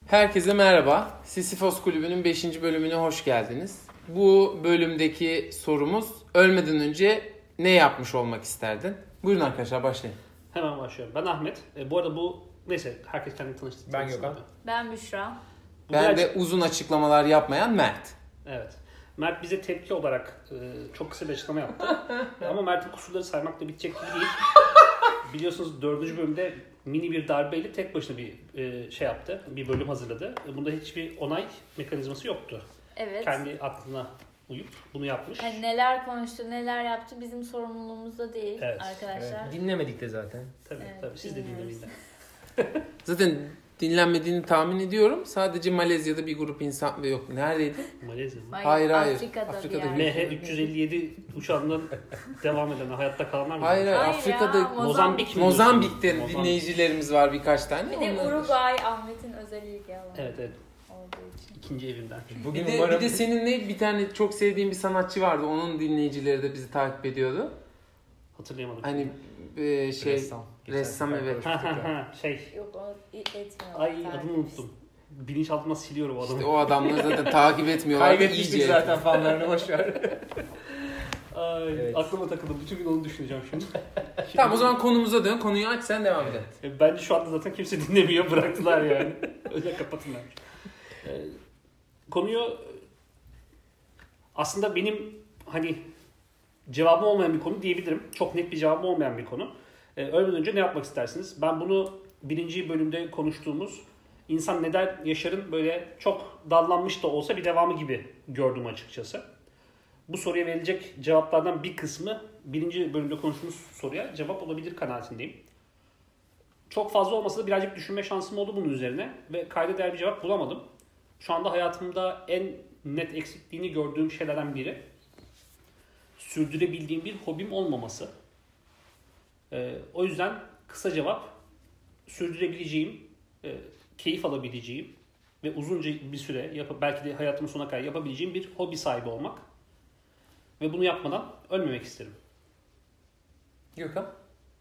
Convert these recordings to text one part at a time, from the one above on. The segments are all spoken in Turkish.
Herkese merhaba. Sisyphos Kulübü'nün 5. bölümüne hoş geldiniz. Bu bölümdeki sorumuz, ölmeden önce ne yapmış olmak isterdin? Buyurun arkadaşlar, başlayın. Hemen başlıyorum. Ben Ahmet. Bu arada neyse herkes kendini tanıştı. Ben Gökhan. Ben Büşra. Ben de uzun açıklamalar yapmayan Mert. Evet. Mert bize tepki olarak çok kısa bir açıklama yaptı. Ama Mert'in kusurları saymakla bitecek gibi değil. Biliyorsunuz 4. bölümde mini bir darbeyle tek başına bir şey yaptı. Bir bölüm hazırladı. Bunda hiçbir onay mekanizması yoktu. Evet. Kendi aklına uyup bunu yapmış. Yani neler konuştu, neler yaptı bizim sorumluluğumuzda değil arkadaşlar. Evet, dinlemedik de zaten. Tabii Evet, tabii siz de dinlemeyin. Zaten dinlenmediğini tahmin ediyorum. Sadece Malezya'da bir grup insan yok. Neredeydi? Malezya mı? Hayır. Afrika'da bir yer. MH357 uçağından devam eden hayatta kalanlar mı? Hayır, Afrika'da ya, Mozambik'te dinleyicilerimiz var birkaç tane. Bir de Uruguay Ahmet'in özel ilgi alanı. Evet. Olduğu için. İkinci evimden. Bugün Bir de senin bir tane çok sevdiğin bir sanatçı vardı. Onun dinleyicileri de bizi takip ediyordu. Hatırlayamadım. Hani Ressam evet. Yok o etmiyor. Ay adını unuttum. Bilinçaltıma siliyorum o adamı. İşte o adamları zaten takip etmiyorlar. Kaybetmiştik zaten fanlarını, boşver. Ay, evet. Aklıma takıldı. Bütün gün onu düşüneceğim şimdi. Tamam, o zaman konumuza dön. Konuyu aç, sen devam et. Bence şu anda zaten kimse dinlemiyor. Bıraktılar yani. Öyle kapatın ben. Konuyu aslında benim cevabım olmayan bir konu diyebilirim. Çok net bir cevabım olmayan bir konu. Ölmeden önce ne yapmak istersiniz? Ben bunu 1. bölümde konuştuğumuz insan neden yaşarın böyle çok dallanmış da olsa bir devamı gibi gördüm açıkçası. Bu soruya verilecek cevaplardan bir kısmı 1. bölümde konuştuğumuz soruya cevap olabilir kanaatindeyim. Çok fazla olmasa da birazcık düşünme şansım oldu bunun üzerine ve kayda değer bir cevap bulamadım. Şu anda hayatımda en net eksikliğini gördüğüm şeylerden biri sürdürebildiğim bir hobim olmaması. O yüzden kısa cevap sürdürebileceğim, keyif alabileceğim ve uzunca bir süre belki de hayatımın sonuna kadar yapabileceğim bir hobi sahibi olmak. Ve bunu yapmadan ölmemek isterim. Gökhan?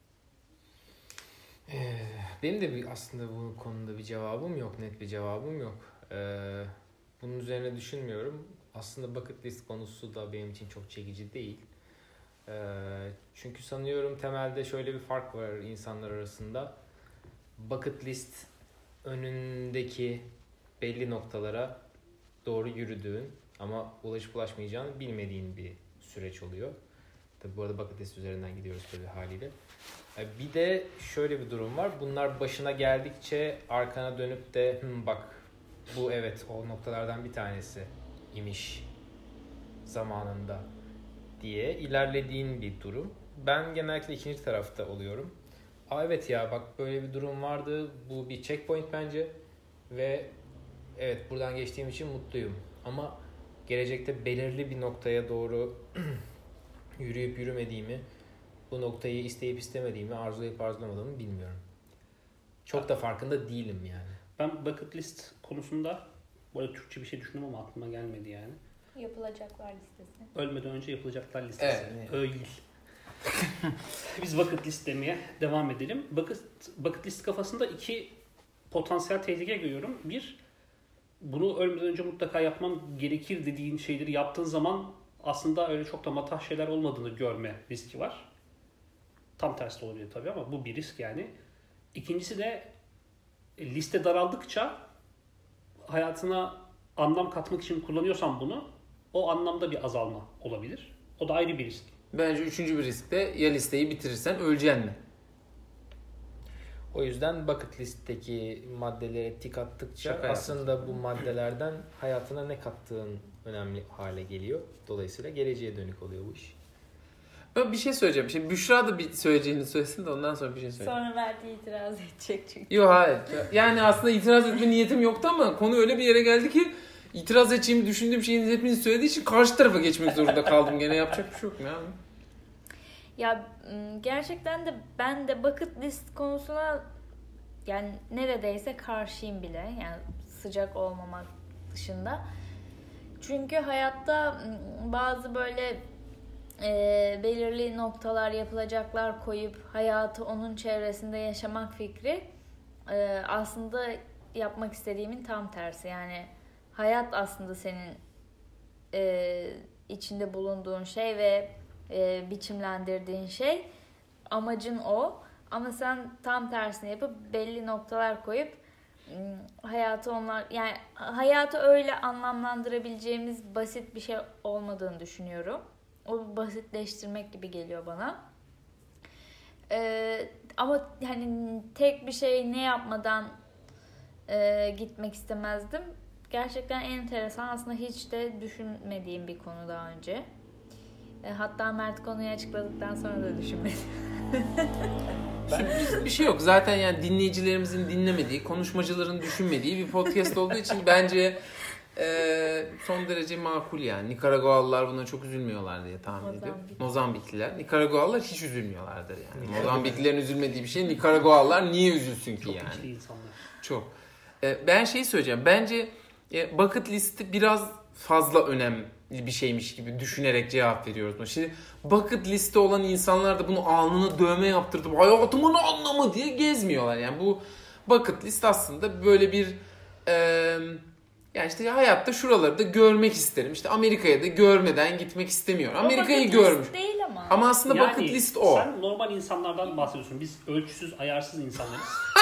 Benim de aslında bu konuda bir cevabım yok. Net bir cevabım yok. Bunun üzerine düşünmüyorum. Aslında bucket list konusu da benim için çok çekici değil. Çünkü sanıyorum temelde şöyle bir fark var insanlar arasında. Bucket list önündeki belli noktalara doğru yürüdüğün ama ulaşıp ulaşmayacağını bilmediğin bir süreç oluyor. Tabi bu arada bucket list üzerinden gidiyoruz tabii haliyle. Bir de şöyle bir durum var. Bunlar başına geldikçe arkana dönüp de bak bu evet o noktalardan bir tanesi imiş zamanında diye ilerlediğin bir durum. Ben genellikle ikinci tarafta oluyorum. Evet ya bak böyle bir durum vardı. Bu bir checkpoint bence. Ve evet buradan geçtiğim için mutluyum. Ama gelecekte belirli bir noktaya doğru yürüyüp yürümediğimi, bu noktayı isteyip istemediğimi, arzulayıp arzulamadığımı bilmiyorum. Çok da farkında değilim yani. Ben bucket list konusunda bu arada Türkçe bir şey düşündüm ama aklıma gelmedi yani. Yapılacaklar listesi. Ölmeden önce yapılacaklar listesi. Evet. Öyle. Biz bucket list demeye devam edelim. Bucket list kafasında 2 potansiyel tehlike görüyorum. Bir, bunu ölmeden önce mutlaka yapmam gerekir dediğin şeyleri yaptığın zaman aslında öyle çok da matah şeyler olmadığını görme riski var. Tam tersi de olabilir tabii ama bu bir risk yani. İkincisi de liste daraldıkça hayatına anlam katmak için kullanıyorsan bunu, o anlamda bir azalma olabilir. O da ayrı bir risk. Bence 3. bir risk de ya listeyi bitirirsen öleceksin mi? O yüzden bucket list'teki maddelere tik attıkça aslında bu maddelerden hayatına ne kattığın önemli hale geliyor. Dolayısıyla geleceğe dönük oluyor bu iş. Ben bir şey söyleyeceğim. Şimdi Büşra da bir söyleyeceğini söylesin de ondan sonra bir şey söyleyeyim. Sonra Mert'i itiraz edecek çünkü. Yok hayır. Yani aslında itiraz etme niyetim yoktu ama konu öyle bir yere geldi ki itiraz edeceğimi düşündüğüm şeyin hepiniz söylediği için karşı tarafa geçmek zorunda kaldım. Gene yapacak bir şey yok mu ya? Ya gerçekten de ben de bucket list konusuna yani neredeyse karşıyım bile. Yani sıcak olmamak dışında. Çünkü hayatta bazı böyle belirli noktalar, yapılacaklar koyup hayatı onun çevresinde yaşamak fikri aslında yapmak istediğimin tam tersi. Yani hayat aslında senin içinde bulunduğun şey ve biçimlendirdiğin şey. Amacın o. Ama sen tam tersini yapıp belli noktalar koyup hayatı öyle anlamlandırabileceğimiz basit bir şey olmadığını düşünüyorum. O basitleştirmek gibi geliyor bana. Ama hani tek bir şey ne yapmadan gitmek istemezdim. Gerçekten enteresan. Aslında hiç de düşünmediğim bir konu daha önce. Hatta Mert konuyu açıkladıktan sonra da düşünmedim. Bir şey yok. Zaten yani dinleyicilerimizin dinlemediği, konuşmacıların düşünmediği bir podcast olduğu için bence son derece makul yani. Nikaragualılar buna çok üzülmüyorlar diye tahmin ediyorum. Mozambikliler. Nikaragualılar hiç üzülmüyorlardır yani. Mozambiklilerin üzülmediği bir şey. Nikaragualılar niye üzülsün ki yani? Çok içli insanlar. Çok. Ben söyleyeceğim. Bence bucket listi biraz fazla önemli bir şeymiş gibi düşünerek cevap veriyoruz. Şimdi bucket listi olan insanlar da bunu alnına dövme yaptırtıp hayatımın anlamı diye gezmiyorlar. Yani bu bucket list aslında böyle bir yani işte hayatta şuraları da görmek isterim. İşte Amerika'ya da görmeden gitmek istemiyorum. Amerika'yı görmüş. Değil ama. Ama aslında yani, bucket list o. Sen normal insanlardan bahsediyorsun. Biz ölçüsüz, ayarsız insanlarız.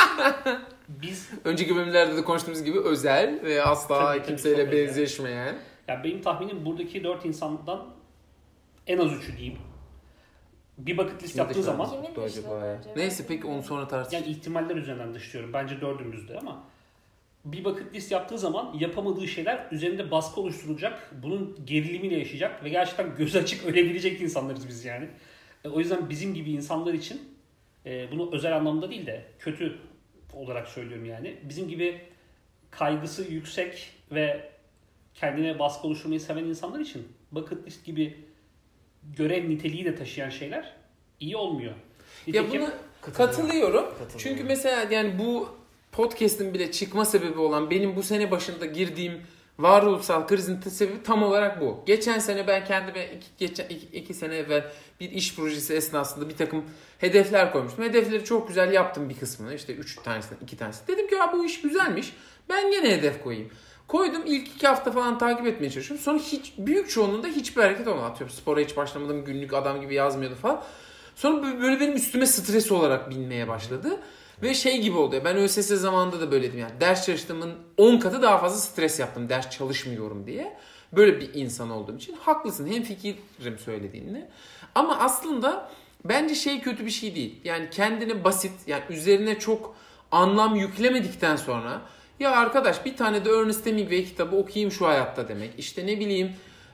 Biz önceki bölümlerde de konuştuğumuz gibi özel ve asla kimseyle benzeşmeyen. Yani benim tahminim buradaki 4 insandan en az 3'ü diyeyim. Bir bucket list yaptığı zaman... Neyse peki onu sonra tartışalım. Yani ihtimaller üzerinden dışlıyorum. Bence 4'ümüzde ama bir bucket list yaptığı zaman yapamadığı şeyler üzerinde baskı oluşturulacak. Bunun gerilimini yaşayacak ve gerçekten göz açık ölebilecek insanlarız biz yani. O yüzden bizim gibi insanlar için bunu özel anlamda değil de kötü olarak söylüyorum yani. Bizim gibi kaygısı yüksek ve kendine baskı oluşturmayı seven insanlar için bucket list gibi görev niteliği de taşıyan şeyler iyi olmuyor. Ya buna katılıyorum. Çünkü mesela yani bu podcast'in bile çıkma sebebi olan benim bu sene başında girdiğim varoluşsal krizin sebebi tam olarak bu. Geçen sene ben kendime iki sene evvel bir iş projesi esnasında bir takım hedefler koymuştum. Hedefleri çok güzel yaptım bir kısmını. İşte 3 tanesinden 2 tanesi. Dedim ki bu iş güzelmiş. Ben gene hedef koyayım. Koydum, ilk 2 hafta falan takip etmeye çalışıyorum. Sonra büyük çoğunluğunda hiçbir hareket olmadı. Atıyorum spora hiç başlamadım, günlük adam gibi yazmıyordu falan. Sonra böyle benim üstüme stres olarak binmeye başladı. Ve şey gibi oldu. Ben ÖSS zamanında da böyleydim yani. Ders çalıştığımın 10 katı daha fazla stres yaptım. Ders çalışmıyorum diye. Böyle bir insan olduğum için. Haklısın. Hemfikirim söylediğinle. Ama aslında bence kötü bir şey değil. Yani kendine basit, yani üzerine çok anlam yüklemedikten sonra ya arkadaş bir tane de Ernest Hemingway kitabı okuyayım şu hayatta demek. İşte ne bileyim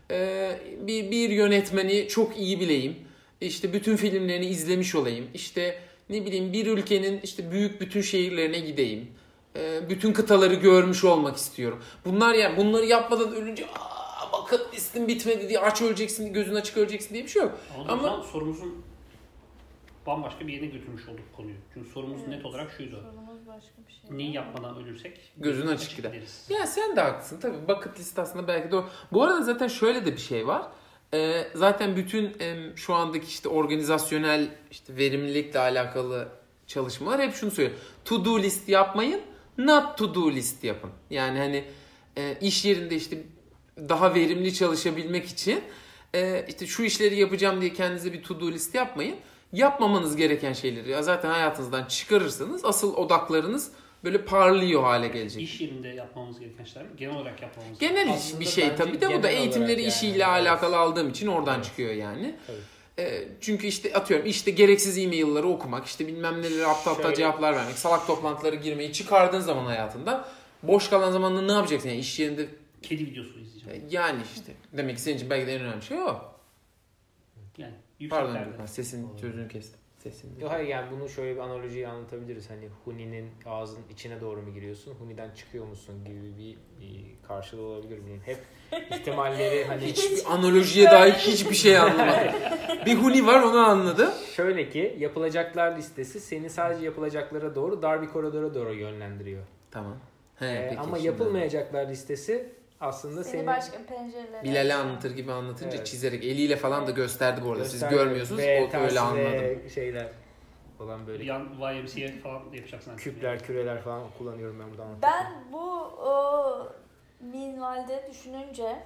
bir yönetmeni çok iyi bileyim. İşte bütün filmlerini izlemiş olayım. İşte ne bileyim bir ülkenin işte büyük bütün şehirlerine gideyim. Bütün kıtaları görmüş olmak istiyorum. Bunları yapmadan ölünce bakın listin bitmedi diye aç öleceksin, gözün açık öleceksin diye bir şey yok. Ama sorumuzun bambaşka bir yerine götürmüş olduk konuyu. Çünkü sorumuz net olarak şuydu. Sorumuz başka bir şey. Neyi yapmadan ölürsek gözün açık gider. Ya sen de haklısın tabii. Bucket list aslında belki de o. Bu arada zaten şöyle de bir şey var. Zaten bütün şu andaki işte organizasyonel işte verimlilikle alakalı çalışmalar hep şunu söylüyor. To do list yapmayın, not to do list yapın. Yani hani iş yerinde işte daha verimli çalışabilmek için işte şu işleri yapacağım diye kendinize bir to do list yapmayın. Yapmamanız gereken şeyleri zaten hayatınızdan çıkarırsanız asıl odaklarınız böyle parlıyor hale gelecek. İş yerinde yapmamız gereken şeyler mi? Genel olarak yapmamız gereken. Genel bir şey tabii de bu da eğitimleri işiyle alakalı aldığım için oradan çıkıyor yani. Çünkü işte atıyorum işte gereksiz e-mail'ları okumak, işte bilmem neleri aptal cevaplar vermek, salak toplantılara girmeyi çıkardığın zaman hayatında boş kalan zamanda ne yapacaksın? Yani iş yerinde kedi videosu izleyeceğim. Yani işte demek ki senin için belki de en önemli şey o. Yani pardon Gökhan, sesin sözünü kestim. Yok hayır, yani bunu şöyle bir analojiyle anlatabiliriz. Hani Huni'nin ağzının içine doğru mu giriyorsun, Huni'den çıkıyor musun gibi bir karşılığı olabilir bunun. Hep ihtimalleri hani... Hiçbir analojiye dair hiçbir şey anlamadım. Bir Huni var, onu anladım. Şöyle ki yapılacaklar listesi seni sadece yapılacaklara doğru, dar bir koridora doğru yönlendiriyor. Tamam. Ama yapılmayacaklar listesi aslında seni başka pencerelere... Bilal'e anlatır gibi anlatınca çizerek eliyle falan da gösterdi bu arada. Siz görmüyorsunuz. O öyle anladım. Şeyler. olan böyle yan YMCA falan yapacaksın. küpler, küreler falan kullanıyorum ben burada Ben bu minvalde düşününce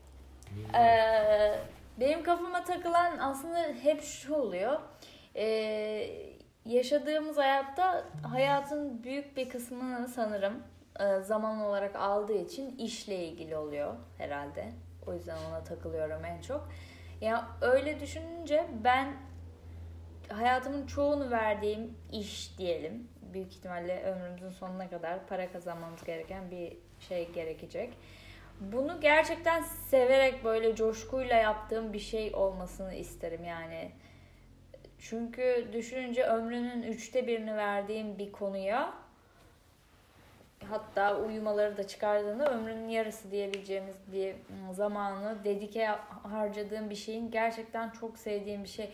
benim kafama takılan aslında hep şu oluyor. Yaşadığımız hayatta hayatın büyük bir kısmını sanırım zaman olarak aldığı için işle ilgili oluyor herhalde. O yüzden ona takılıyorum en çok. Ya öyle düşününce ben hayatımın çoğunu verdiğim iş diyelim. Büyük ihtimalle ömrümüzün sonuna kadar para kazanmamız gereken bir şey gerekecek. Bunu gerçekten severek böyle coşkuyla yaptığım bir şey olmasını isterim yani. Çünkü düşününce ömrünün 1/3'ini verdiğim bir konuya, hatta uyumaları da çıkardığında ömrünün yarısı diyebileceğimiz bir zamanı dedike harcadığım bir şeyin gerçekten çok sevdiğim bir şey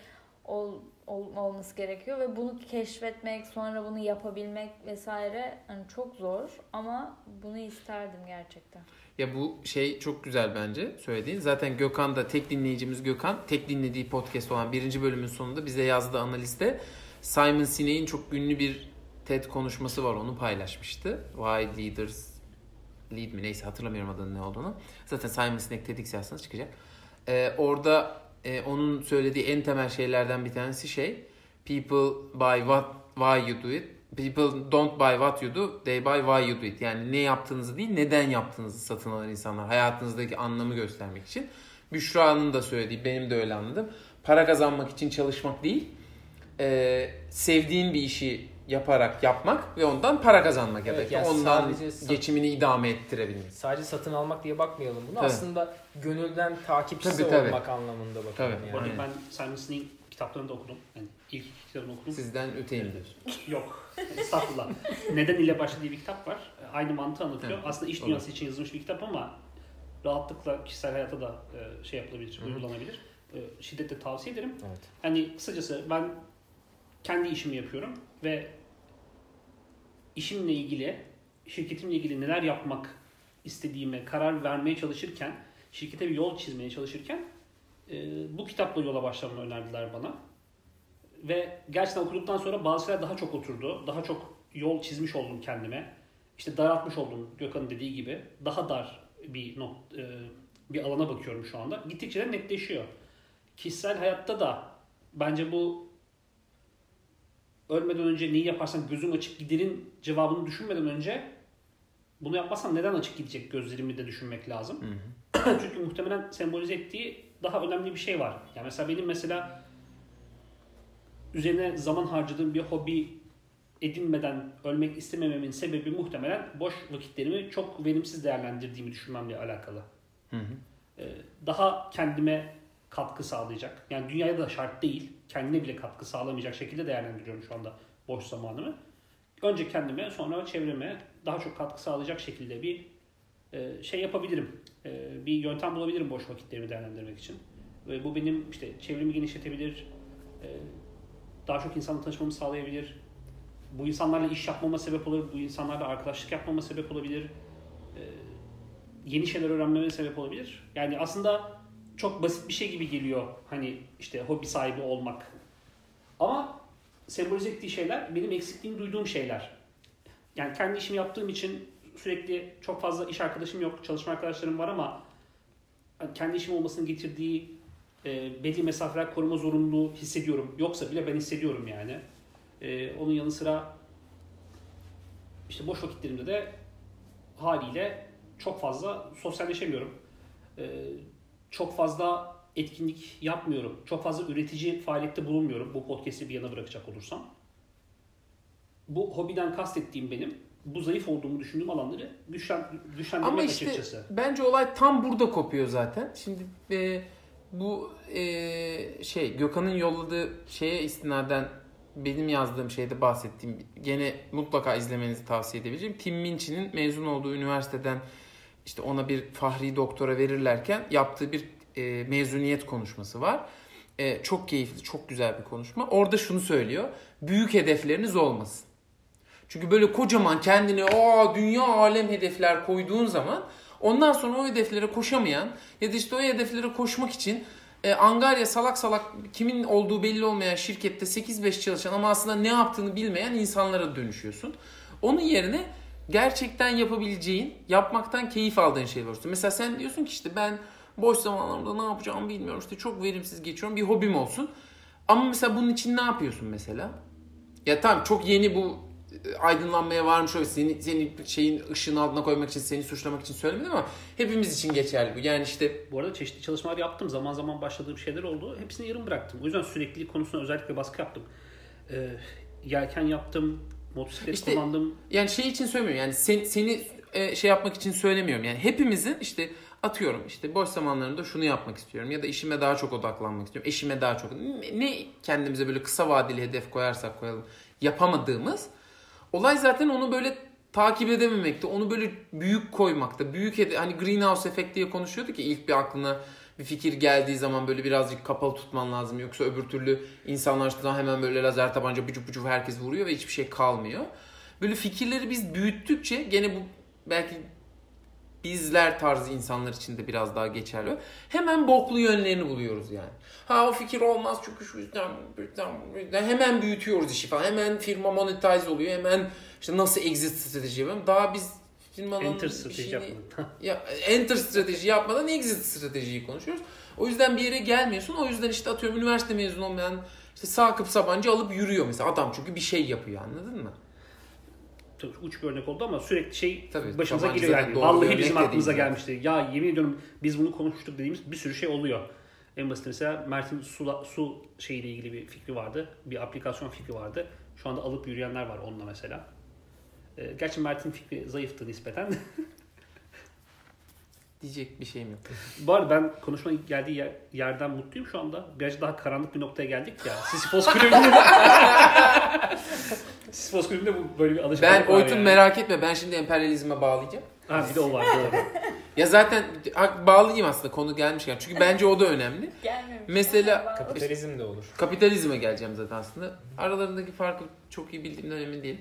olması gerekiyor ve bunu keşfetmek, sonra bunu yapabilmek vesaire hani çok zor ama bunu isterdim gerçekten. Ya bu şey çok güzel bence söylediğin. Zaten Gökhan da, tek dinleyicimiz Gökhan, tek dinlediği podcast olan 1. bölümün sonunda bize yazdığı analizde Simon Sinek'in çok ünlü bir TED konuşması var, onu paylaşmıştı. Why Leaders Lead mi neyse, hatırlamıyorum adının ne olduğunu. Zaten Simon Sinek TEDx yazsanız çıkacak. Orada onun söylediği en temel şeylerden bir tanesi people buy why you do it. People don't buy what you do, they buy why you do it. Yani ne yaptığınızı değil, neden yaptığınızı satın alan insanlar. Hayatınızdaki anlamı göstermek için. Büşra'nın da söylediği, benim de öyle anladım. Para kazanmak için çalışmak değil, sevdiğin bir işi yaparak yapmak ve ondan para kazanmak. Evet, yani ondan geçimini idame ettirebilmek. Sadece satın almak diye bakmayalım bunu. Tabii. Aslında gönülden takipçisi tabii. olmak anlamında bakalım. Tabii. Yani. Ben Simon Sinek'in kitaplarını da okudum. Yani ilk kitabını okudum. Sizden öteyim diyorsun. Yok. Estağfurullah. Neden ile başladığı bir kitap var. Aynı mantığı anlatıyor. Evet. Aslında iş dünyası için yazılmış bir kitap ama rahatlıkla kişisel hayata da şey yapılabilir, uygulanabilir. Şiddetle tavsiye ederim. Evet. Hani kısacası ben kendi işimi yapıyorum ve işimle ilgili, şirketimle ilgili neler yapmak istediğime karar vermeye çalışırken, şirkete bir yol çizmeye çalışırken bu kitapla yola başlamamı önerdiler bana. Ve gerçekten okuduktan sonra bazı şeyler daha çok oturdu. Daha çok yol çizmiş oldum kendime. İşte daraltmış oldum Gökhan'ın dediği gibi. Daha dar bir alana bakıyorum şu anda. Gittikçe de netleşiyor. Kişisel hayatta da bence bu ölmeden önce neyi yaparsan gözün açık giderin cevabını düşünmeden önce bunu yapmazsan neden açık gidecek gözlerimi de düşünmek lazım. Çünkü muhtemelen sembolize ettiği daha önemli bir şey var. Yani benim üzerine zaman harcadığım bir hobi edinmeden ölmek istemememin sebebi muhtemelen boş vakitlerimi çok verimsiz değerlendirdiğimi düşünmemle alakalı. Daha kendime katkı sağlayacak. Yani dünyaya da şart değil, kendine bile katkı sağlamayacak şekilde değerlendiriyorum şu anda boş zamanımı. Önce kendime, sonra çevreme daha çok katkı sağlayacak şekilde bir şey yapabilirim. Bir yöntem bulabilirim boş vakitlerimi değerlendirmek için. Ve bu benim çevremi genişletebilir, daha çok insanla tanışmamı sağlayabilir. Bu insanlarla iş yapmama sebep olur, bu insanlarla arkadaşlık yapmama sebep olabilir. Yeni şeyler öğrenmeme sebep olabilir. Yani aslında çok basit bir şey gibi geliyor hobi sahibi olmak. Ama sembolize ettiği şeyler benim eksikliğini duyduğum şeyler. Yani kendi işimi yaptığım için sürekli çok fazla iş arkadaşım yok, çalışma arkadaşlarım var ama kendi işim olmasının getirdiği belli mesafeler koruma zorunluluğu hissediyorum. Yoksa bile ben hissediyorum yani. Onun yanı sıra boş vakitlerimde de haliyle çok fazla sosyalleşemiyorum. Çok fazla etkinlik yapmıyorum. Çok fazla üretici faaliyette bulunmuyorum. Bu podcast'i bir yana bırakacak olursam. Bu hobiden kastettiğim benim bu zayıf olduğumu düşündüğüm alanları güçlendirmek Ama açıkçası. Bence olay tam burada kopuyor zaten. Şimdi bu Gökhan'ın yolladığı şeye istinaden benim yazdığım şeyde bahsettiğim, gene mutlaka izlemenizi tavsiye edebileceğim. Tim Minchin'in mezun olduğu üniversiteden ona bir fahri doktora verirlerken yaptığı bir mezuniyet konuşması var. Çok keyifli, çok güzel bir konuşma. Orada şunu söylüyor: büyük hedefleriniz olmasın. Çünkü böyle kocaman kendine dünya alem hedefler koyduğun zaman ondan sonra o hedeflere koşamayan ya da o hedeflere koşmak için angarya salak salak kimin olduğu belli olmayan şirkette 8-5 çalışan ama aslında ne yaptığını bilmeyen insanlara dönüşüyorsun. Onun yerine gerçekten yapabileceğin, yapmaktan keyif aldığın şeyler olsun. Mesela sen diyorsun ki işte ben boş zamanlarımda ne yapacağımı bilmiyorum. İşte çok verimsiz geçiyorum. Bir hobim olsun. Ama mesela bunun için ne yapıyorsun mesela? Ya tamam çok yeni bu aydınlanmaya varmış. Seni şeyin ışığın altına koymak için, seni suçlamak için söylemedim ama hepimiz için geçerli bu. Yani işte bu arada çeşitli çalışmalar yaptım. Zaman zaman başladığım şeyler oldu. Hepsini yarım bıraktım. O yüzden süreklilik konusunda özellikle baskı yaptım. Yelken yaptım, motosiklet işte, kullandım. Yani şey için söylemiyorum. Yani seni şey yapmak için söylemiyorum. Yani hepimizin işte atıyorum işte boş zamanlarımda şunu yapmak istiyorum ya da işime daha çok odaklanmak istiyorum. Eşime daha çok. Ne kendimize böyle kısa vadeli hedef koyarsak koyalım yapamadığımız olay zaten onu böyle takip edememekte. Onu böyle büyük koymakta. Büyük hani greenhouse efekt diye konuşuyorduk ki ilk bir aklına bir fikir geldiği zaman böyle birazcık kapalı tutman lazım. Yoksa öbür türlü insanlar işte hemen böyle lazer tabanca bucuk bucuk herkes vuruyor ve hiçbir şey kalmıyor. Böyle fikirleri biz büyüttükçe gene bu belki bizler tarzı insanlar için de biraz daha geçerli. Hemen boklu yönlerini buluyoruz yani. O fikir olmaz çünkü şu yüzden hemen büyütüyoruz işi falan. Hemen firma monetize oluyor. Hemen işte nasıl exit strateji yapalım. Daha biz firmanın enter strateji yapmadan. Enter strateji yapmadan exit stratejiyi konuşuyoruz. O yüzden bir yere gelmiyorsun. O yüzden işte atıyorum üniversite mezunu olmayan işte Sakıp Sabancı alıp yürüyor mesela. Adam çünkü bir şey yapıyor anladın mı? Uç bir örnek oldu ama sürekli tabii, başımıza geliyor yani. Vallahi bizim aklımıza gelmişti. Ya yemin ediyorum biz bunu konuştuk dediğimiz bir sürü şey oluyor. En basit mesela Mert'in su şeyiyle ilgili bir fikri vardı. Bir aplikasyon fikri vardı. Şu anda alıp yürüyenler var onunla mesela. Gerçi Mert'in fikri zayıftı nispeten. Diyecek bir şeyim yok. Bu arada ben konuşma geldiği yerden mutluyum şu anda. Birazcık daha karanlık bir noktaya geldik ya. Sisyphos kulübünde bu böyle bir alışkanlık var. Ben Oytun yani. Merak etme ben şimdi emperyalizme bağlayacağım. Bir de o var doğru. Ya zaten bağlayayım aslında konu gelmişken. Çünkü bence o da önemli. Gelmemiş. Mesela Kapitalizm de olur. Kapitalizme geleceğim zaten aslında. Aralarındaki farkı çok iyi bildiğimden emin değilim.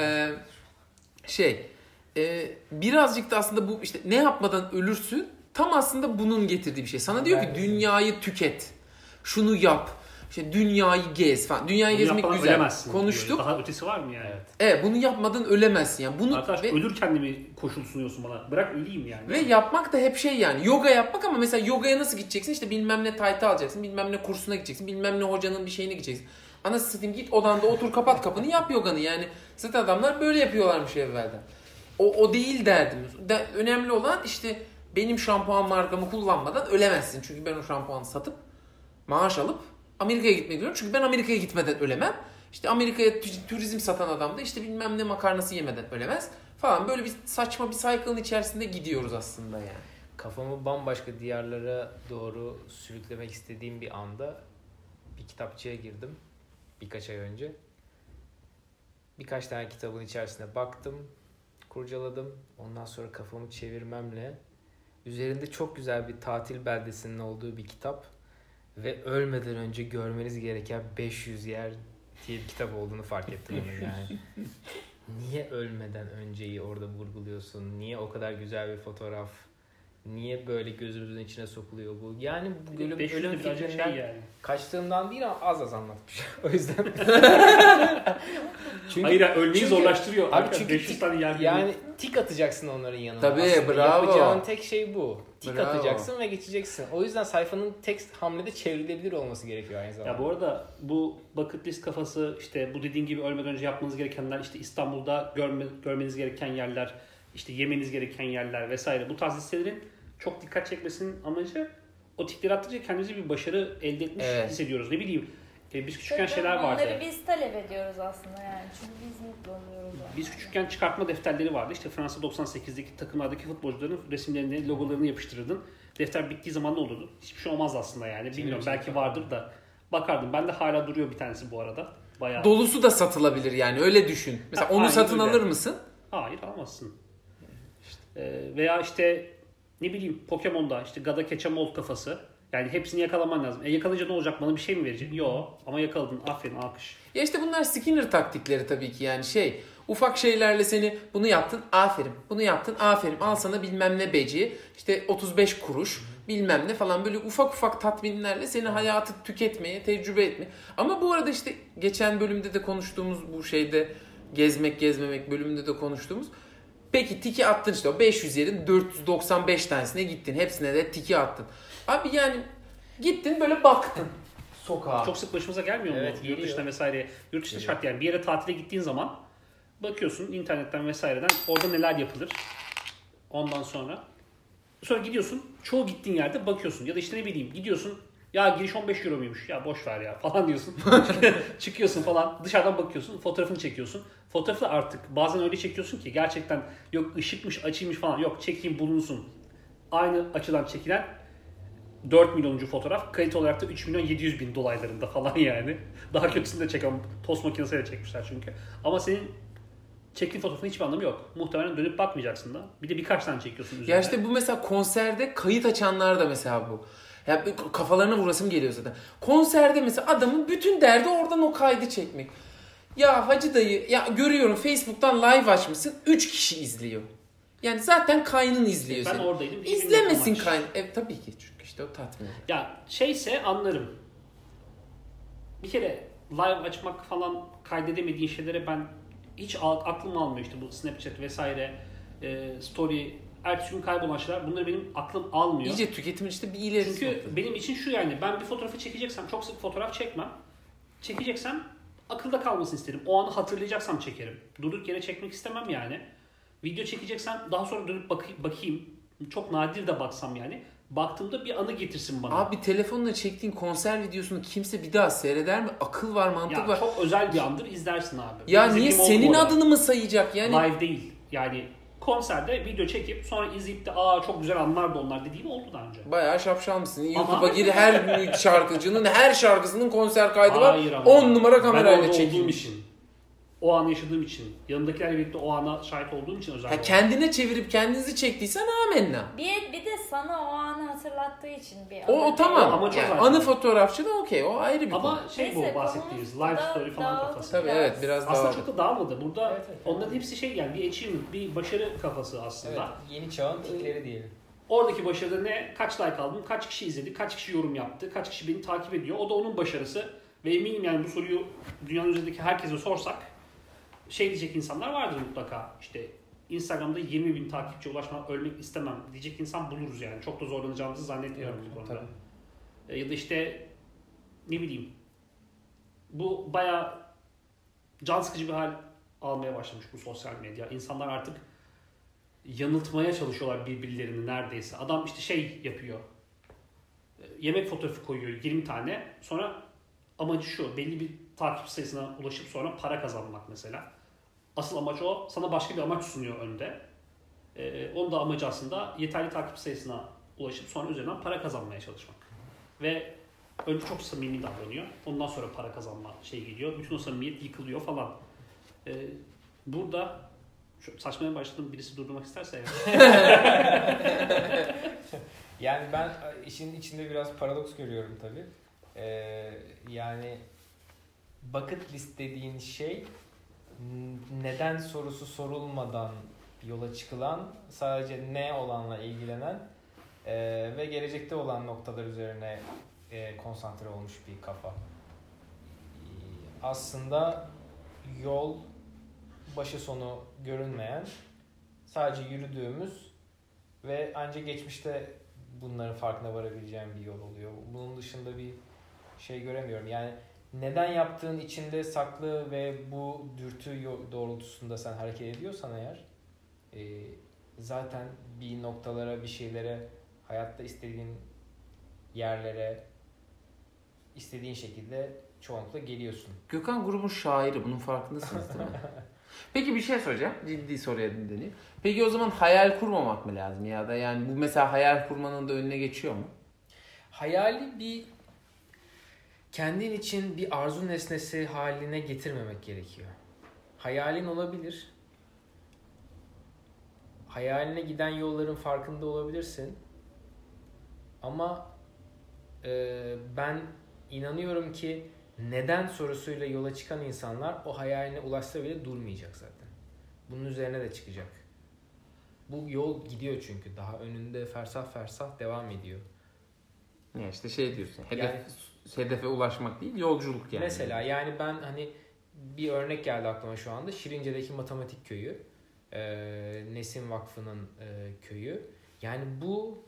Birazcık da aslında bu işte ne yapmadan ölürsün tam aslında bunun getirdiği bir şey. Sana diyor ki dünyayı tüket. Şunu yap. İşte dünyayı gez falan. Dünyayı gezmek güzel. Konuştuk. Diyor. Daha ötesi var mı yani? Evet, bunu yapmadan ölemezsin yani. Bunu arkadaş ölürken de mi koşul sunuyorsun bana? Bırak öleyim yani. Ve yapmak da hep şey yani. Yoga yapmak ama mesela yogaya nasıl gideceksin? İşte bilmem ne taytı alacaksın. Bilmem ne kursuna gideceksin. Bilmem ne hocanın bir şeyine gideceksin. Anasını satayım git odanda otur kapat kapını yap yoganı yani. Zaten adamlar böyle yapıyorlarmış evvelden. O değil derdim. Önemli olan işte benim şampuan markamı kullanmadan ölemezsin. Çünkü ben o şampuanı satıp maaş alıp Amerika'ya gitmek istiyorum. Çünkü ben Amerika'ya gitmeden ölemem. İşte Amerika'ya turizm satan adam da işte bilmem ne makarnası yemeden ölemez falan. Böyle bir saçma bir cycle'ın içerisinde gidiyoruz aslında yani. Kafamı bambaşka diyarlara doğru sürüklemek istediğim bir anda bir kitapçıya girdim birkaç ay önce. Birkaç tane kitabın içerisine baktım, kurcaladım. Ondan sonra kafamı çevirmemle üzerinde çok güzel bir tatil beldesinin olduğu bir kitap ve ölmeden önce görmeniz gereken 500 yer diye bir kitap olduğunu fark ettim onun yani. Niye ölmeden önceyi orada vurguluyorsun? Niye o kadar güzel bir fotoğraf? Niye böyle gözümüzün içine sokuluyor bu? Yani bu ölüm fikrinden yani. Kaçtığımdan değil ama az anlatmış. O yüzden. Hayır ölmeyi zorlaştırıyor. Abi çünkü 500 tane yer yani tik atacaksın onların yanına. Tabii aslında bravo. Yapacağın tek şey bu. Tik bravo. atacaksın ve geçeceksin. O yüzden sayfanın tek hamlede çevrilebilir olması gerekiyor aynı zamanda. Ya bu arada bu bucket list kafası işte bu dediğin gibi ölmeden önce yapmanız gerekenler işte İstanbul'da görmeniz gereken yerler, işte yemeniz gereken yerler vesaire. Bu tarz listelerin çok dikkat çekmesinin amacı o tikleri attıkça kendimize bir başarı elde etmiş hissediyoruz. Ne bileyim biz küçükken şeyler vardı. Onları biz talep ediyoruz aslında yani. Çünkü biz mutlu oluyoruz. Biz küçükken çıkartma defterleri vardı. İşte Fransa 98'deki takımlardaki futbolcuların resimlerini, logolarını yapıştırırdın. Defter bittiği zaman ne olurdu? Hiçbir şey olmaz aslında yani. Bilmiyorum belki vardır da. Bakardım. Ben de hala duruyor bir tanesi bu arada. Bayağı. Dolusu da satılabilir yani öyle düşün. Mesela onu satın alır mısın? Hayır almazsın. Veya işte ne bileyim Pokemon'da işte Gada Keçamold kafası. Yani hepsini yakalaman lazım. Yakalayınca ne olacak? Bana bir şey mi verecek? Yok. Ama yakaladın. Aferin alkış. Ya işte bunlar Skinner taktikleri tabii ki yani Ufak şeylerle seni bunu yaptın aferin, bunu yaptın aferin, al sana bilmem ne beci, işte 35 kuruş bilmem ne falan, böyle ufak ufak tatminlerle seni hayatı tüketmeye, tecrübe etmeye. Ama bu arada işte geçen bölümde de konuştuğumuz bu şeyde gezmek gezmemek bölümünde de konuştuğumuz. Peki tiki attın işte o 500 yerin 495 tanesine gittin. Hepsine de tiki attın. Abi yani gittin böyle baktın sokağa. Çok sık başımıza gelmiyor mu? Evet, Yurt dışına vesaire. Yurt dışında şart yani. Bir yere tatile gittiğin zaman bakıyorsun internetten vesaireden orada neler yapılır. Ondan sonra gidiyorsun. Çoğu gittiğin yerde bakıyorsun. Ya da işte ne bileyim gidiyorsun. Ya giriş 15 euro muymuş? Ya boş ver ya falan diyorsun. Çıkıyorsun falan. Dışarıdan bakıyorsun. Fotoğrafını çekiyorsun. Fotoğrafı da artık bazen öyle çekiyorsun ki gerçekten yok ışıkmış, açıymış falan. Yok çekeyim bulunsun. Aynı açıdan çekilen 4 milyonuncu fotoğraf. Kalite olarak da 3 milyon 700 bin dolaylarında falan yani. Daha kötüsünü de çeken tost makinesiyle çekmişler çünkü. Ama senin çektiğin fotoğrafın hiçbir anlamı yok. Muhtemelen dönüp bakmayacaksın da. Bir de birkaç tane çekiyorsun üzerine. Ya işte bu mesela konserde kayıt açanlar da mesela bu. Ya kafalarına vurasım geliyor zaten. Konserde mesela adamın bütün derdi oradan o kaydı çekmek. Ya hacı dayı ya görüyorum Facebook'tan live açmışsın 3 kişi izliyor. Yani zaten kaynın izliyor ben seni. oradaydım. İzlemesin kayn. Evet tabii ki çünkü işte o tatmin. Ya şeyse anlarım. Bir kere live açmak falan kaydedemediğin şeylere ben hiç aklım almıyor işte bu Snapchat vesaire story ertesi gün kaybolan şeyler bunları benim aklım almıyor. İyice tüketimin işte bir ilerisi. Çünkü benim için şu yani ben bir fotoğrafı çekeceksem çok sık fotoğraf çekmem. Çekeceksem akılda kalmasını isterim. O anı hatırlayacaksam çekerim. Durduk yere çekmek istemem yani. Video çekeceksem daha sonra dönüp bakayım. Çok nadir de baksam yani. Baktığımda bir anı getirsin bana. Abi telefonla çektiğin konser videosunu kimse bir daha seyreder mi? Akıl var, mantık ya, var. Çok özel bir andır izlersin abi. Ya niye senin adını mı sayacak yani? Live değil. Yani konserde video çekip sonra izleyip de çok güzel anlar da onlar dediğim oldu daha önce. Bayağı şapşal mısın? YouTube'a gir her şarkıcının her şarkısının konser kaydı var. Hayır 10 numara kamerayla çekilmiş. çekilmiş. Için. O anı yaşadığım için, yanımdakilerle birlikte o ana şahit olduğum için özel. Kendine çevirip kendinizi çektiysen amenna. Bir de sana o anı hatırlattığı için bir O tamam. Ama Yani anı fotoğrafçı da okey. O ayrı bir konu. Ama Neyse, bu bahsettiğimiz live story falan kafası. Tabii evet biraz aslında daha. çok da dağılmadı. Burada evet. onların hepsi yani bir achievement, bir başarı kafası aslında. Evet, yeni çağın tikleri diyelim. Oradaki başarıda ne? Kaç like aldım, kaç kişi izledi, kaç kişi yorum yaptı, kaç kişi beni takip ediyor. O da onun başarısı. Ve eminim yani bu soruyu dünyanın üzerindeki herkese sorsak diyecek insanlar vardır mutlaka. İşte Instagram'da 20 bin takipçiye ulaşmak, ölmek istemem diyecek insan buluruz yani. Çok da zorlanacağımızı zannetmiyorum bu konuda. Ya da işte ne bileyim bu bayağı can sıkıcı bir hal almaya başlamış bu sosyal medya. İnsanlar artık yanıltmaya çalışıyorlar birbirlerini neredeyse. Adam işte yapıyor. Yemek fotoğrafı koyuyor 20 tane. Sonra amacı şu, belli bir takipçi sayısına ulaşıp sonra para kazanmak mesela. Asıl amaç o. Sana başka bir amaç sunuyor önde. Onun da amacı aslında yeterli takipçi sayısına ulaşıp sonra üzerinden para kazanmaya çalışmak. Ve önce çok samimi davranıyor. Ondan sonra para kazanma geliyor. Bütün o samimiyet yıkılıyor falan. Burada saçmaya başladığım birisi durdurmak isterse Yani ben işin içinde biraz paradoks görüyorum tabii. Yani bucket list dediğin şey neden sorusu sorulmadan yola çıkılan, sadece ne olanla ilgilenen ve gelecekte olan noktalar üzerine konsantre olmuş bir kafa. Aslında yol başı sonu görünmeyen, sadece yürüdüğümüz ve ancak geçmişte bunların farkına varabileceğim bir yol oluyor. Bunun dışında bir şey göremiyorum. Yani neden yaptığın içinde saklı ve bu dürtü doğrultusunda sen hareket ediyorsan eğer zaten bir noktalara, bir şeylere, hayatta istediğin yerlere istediğin şekilde çoğunlukla geliyorsun. Gökhan grubun şairi, bunun farkındasınız değil mi? Peki bir şey soracağım. Ciddi soruya dinleneyim. Peki o zaman hayal kurmamak mı lazım ya da yani bu mesela hayal kurmanın da önüne geçiyor mu? Hayali bir kendin için bir arzu nesnesi haline getirmemek gerekiyor. Hayalin olabilir. Hayaline giden yolların farkında olabilirsin. Ama ben inanıyorum ki neden sorusuyla yola çıkan insanlar o hayaline ulaşsa bile durmayacak zaten. Bunun üzerine de çıkacak. Bu yol gidiyor çünkü. Daha önünde fersah fersah devam ediyor. Ya işte şey diyorsun. Hedefe ulaşmak değil, yolculuk yani. Mesela yani ben hani bir örnek geldi aklıma şu anda. Şirince'deki matematik köyü. Nesin Vakfı'nın köyü. Yani bu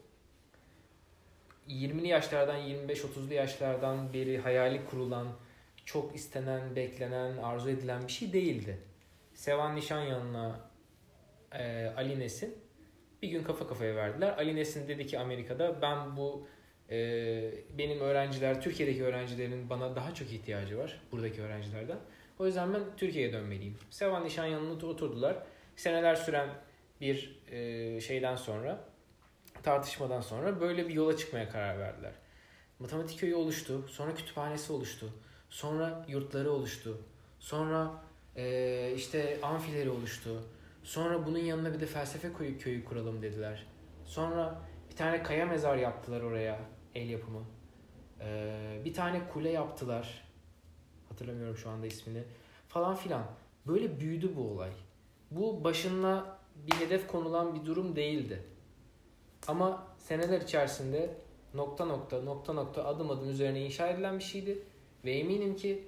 20'li yaşlardan 25-30'lu yaşlardan beri hayali kurulan, çok istenen, beklenen, arzu edilen bir şey değildi. Sevan Nişanyan'la Ali Nesin bir gün kafa kafaya verdiler. Ali Nesin dedi ki Amerika'da ben bu benim öğrenciler, Türkiye'deki öğrencilerin bana daha çok ihtiyacı var buradaki öğrencilerden. O yüzden ben Türkiye'ye dönmeliyim. Sevan Nişanyan'la oturdular. Seneler süren bir şeyden sonra, tartışmadan sonra böyle bir yola çıkmaya karar verdiler. Matematik köyü oluştu. Sonra kütüphanesi oluştu. Sonra yurtları oluştu. Sonra işte amfileri oluştu. Sonra bunun yanına bir de felsefe köyü kuralım dediler. Sonra bir tane kaya mezar yaptılar oraya. El yapımı. Bir tane kule yaptılar. Hatırlamıyorum şu anda ismini. Falan filan. Böyle büyüdü bu olay. Bu başına bir hedef konulan bir durum değildi. Ama seneler içerisinde nokta nokta adım adım üzerine inşa edilen bir şeydi. Ve eminim ki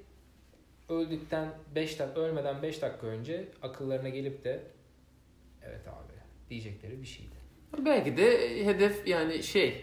ölmeden 5 dakika önce akıllarına gelip de evet abi diyecekleri bir şeydi. Belki de hedef yani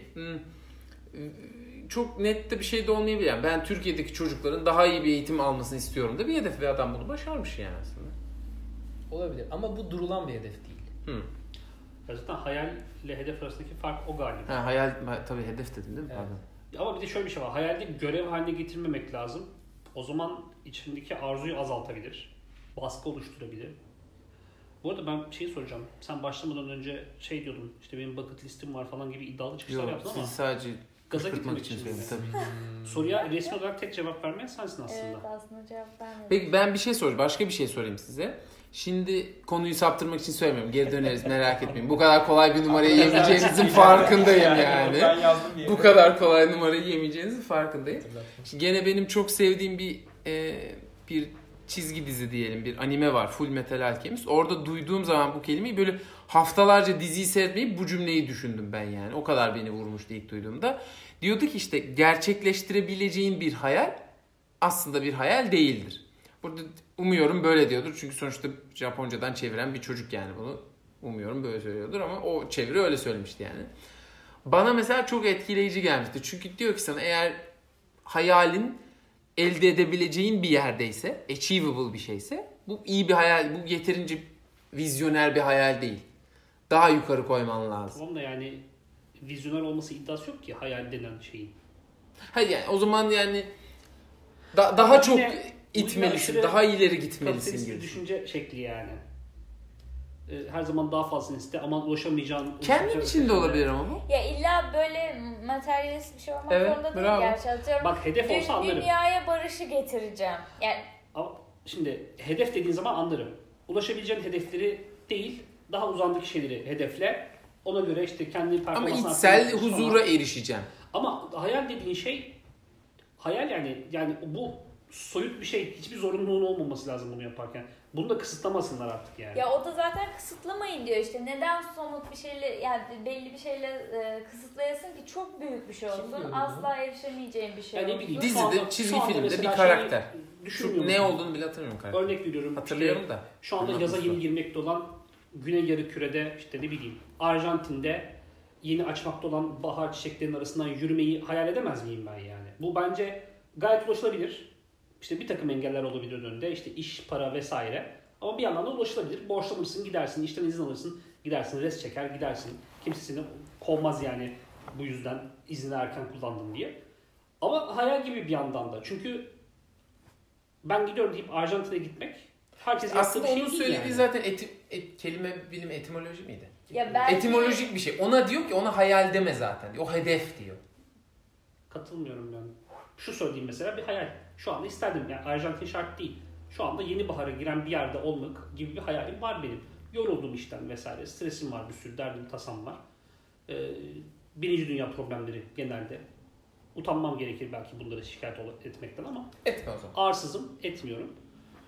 çok net de bir şey de olmayabilir. Yani ben Türkiye'deki çocukların daha iyi bir eğitim almasını istiyorum da bir hedef ve adam bunu başarmış yani aslında. Olabilir ama bu durulan bir hedef değil. Zaten hayal ile hedef arasındaki fark o galiba. Hayal tabii hedef dedin değil mi? Evet. Pardon. Ama bir de şöyle bir şey var. Hayalde görev haline getirmemek lazım. O zaman içindeki arzuyu azaltabilir. Baskı oluşturabilir. Bu arada ben şeyi soracağım. Sen başlamadan önce şey diyordun. İşte benim bucket listim var falan gibi iddialı çıkışlar yaptın ama. Siz sadece gaza kışkırtmak getirmek için için söyledim tabii. Soruya resmi olarak tek cevap vermeyen sensin aslında. Evet aslında cevap vermedim. Peki ben başka bir şey sorayım size. Şimdi konuyu saptırmak için söylemiyorum. Geri döneriz merak etmeyin. Bu kadar kolay bir numarayı yemeyeceğinizin farkındayım yani. Ben yazdım bir yere. Bu kadar kolay numarayı yemeyeceğinizin farkındayım. Şimdi gene benim çok sevdiğim bir çizgi dizi diyelim, bir anime var. Full Metal Alchemist. Orada duyduğum zaman bu kelimeyi böyle haftalarca diziyi seyretmeyip bu cümleyi düşündüm ben yani. O kadar beni vurmuştu ilk duyduğumda. Diyordu ki işte gerçekleştirebileceğin bir hayal aslında bir hayal değildir. Burada umuyorum böyle diyordur. Çünkü sonuçta Japoncadan çeviren bir çocuk yani bunu. Umuyorum böyle söylüyordur ama o çeviri öyle söylemişti yani. Bana mesela çok etkileyici gelmişti. Çünkü diyor ki sana eğer hayalin elde edebileceğin bir yerdeyse, achievable bir şeyse bu iyi bir hayal, bu yeterince vizyoner bir hayal değil. Daha yukarı koyman lazım. Tamam da yani vizyoner olması iddiası yok ki hayal denen şeyin. Hayır yani o zaman yani daha çok itmelisin, aşırı daha ileri gitmelisin kapitalist bir gibi. düşünce şekli yani. Her zaman daha fazlasını iste ama ulaşamayacağın... Kendim için de olabilir ama bu. Ya illa böyle materyalist bir şey olmak Evet, zorunda değil bravo. gerçi. Atıyorum, Bak hedef olsa anlarım. dünyaya barışı getireceğim. Yani Ama şimdi hedef dediğin zaman anlarım. Ulaşabileceğin hedefleri değil, daha uzandaki şeyleri hedefle. Ona göre işte kendi Ama performansını içsel arttırıyorsun huzura falan. erişeceğim. Ama hayal dediğin şey hayal yani bu soyut bir şey. Hiçbir zorunluluğun olmaması lazım bunu yaparken. Bunu da kısıtlamasınlar artık yani. ya o da zaten kısıtlamayın diyor işte. Neden somut bir şeyle yani belli bir şeyle kısıtlayasın ki çok büyük bir şey olsun. diyor Asla erişemeyeceğin bir şey Yani ne olsun. bileyim, Dizide, çizgi filmde mesela bir karakter. şeyi Şu düşünmüyorum. ne olduğunu bile hatırlamıyorum karakter. Örnek veriyorum. Hatırlıyorum işte, da. Şu anda yaza yeni girmekte olan Güney Yarımküre'de işte ne bileyim Arjantin'de yeni açmakta olan bahar çiçeklerinin arasından yürümeyi hayal edemez miyim ben yani? Bu bence gayet ulaşılabilir. İşte bir takım engeller olabilir önünde. İşte iş, para vesaire. Ama bir yandan da ulaşılabilir. Borçlanırsın, gidersin, işten izin alırsın, gidersin, res çeker, gidersin. Kimse seni kovmaz yani bu yüzden izni erken kullandın diye. Ama hayal gibi bir yandan da. Çünkü ben gidiyorum deyip Arjantin'e gitmek herkes yaptığı Aslında bir şey onun değil söylediği yani. zaten kelime bilim etimoloji miydi? Ya belki- Etimolojik bir şey. Ona diyor ki ona hayal deme zaten. O hedef diyor. Katılmıyorum ben. Şu söylediğim mesela bir hayal. Şu anda isterdim yani Arjantin şart değil. Şu anda yeni bahara giren bir yerde olmak gibi bir hayalim var benim. Yoruldum işten vesaire. Stresim var, bir sürü derdim, tasam var. Birinci dünya problemleri genelde. Utanmam gerekir belki bunları şikayet etmekten ama Etme o zaman. arsızım, etmiyorum.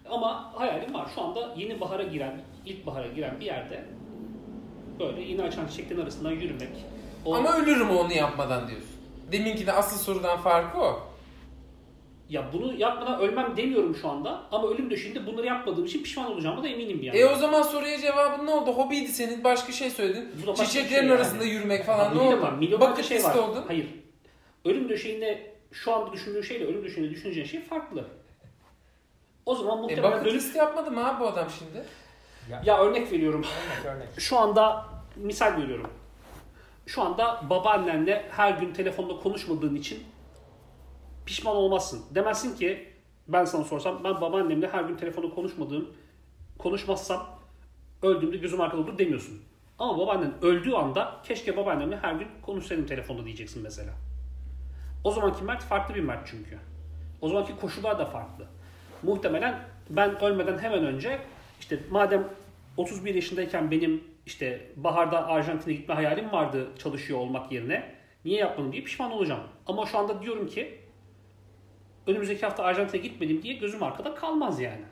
Ama hayalim var. Şu anda yeni bahara giren, ilkbahara giren bir yerde böyle yeni açan çiçeklerin arasından yürümek. Ama ölürüm onu yapmadan diyorsun. Deminki de asıl sorudan farkı o. Ya bunu yapmadan ölmem demiyorum şu anda ama ölüm döşeğinde bunları yapmadığım için pişman olacağıma da eminim yani. O zaman soruya cevabın ne oldu? Hobiydi senin, başka şey söyledin. Çiçeklerin şey arasında yani. yürümek falan ne oldu? Milyonlarca şey var. Oldun. Hayır. Ölüm döşeğinde şu anda düşündüğün şeyle ölüm döşeğinde düşüneceğin şey farklı. O zaman muhtemelen bucket list yapmadı mı abi bu adam şimdi? Ya örnek veriyorum. Örnek. Şu anda misal veriyorum. Şu anda babaannenle her gün telefonda konuşmadığın için pişman olmazsın. Demezsin ki ben sana sorsam ben babaannemle her gün telefonda konuşmazsam öldüğümde gözüm arkada olur demiyorsun. Ama babaannen öldüğü anda keşke babaannemle her gün konuşsaydım telefonda diyeceksin mesela. O zamanki Mert farklı bir Mert çünkü. O zamanki koşullar da farklı. Muhtemelen ben ölmeden hemen önce işte madem 31 yaşındayken benim işte baharda Arjantin'e gitme hayalim vardı çalışıyor olmak yerine niye yapmadım diye pişman olacağım. Ama şu anda diyorum ki önümüzdeki hafta Arjantin'e gitmedim diye gözüm arkada kalmaz yani.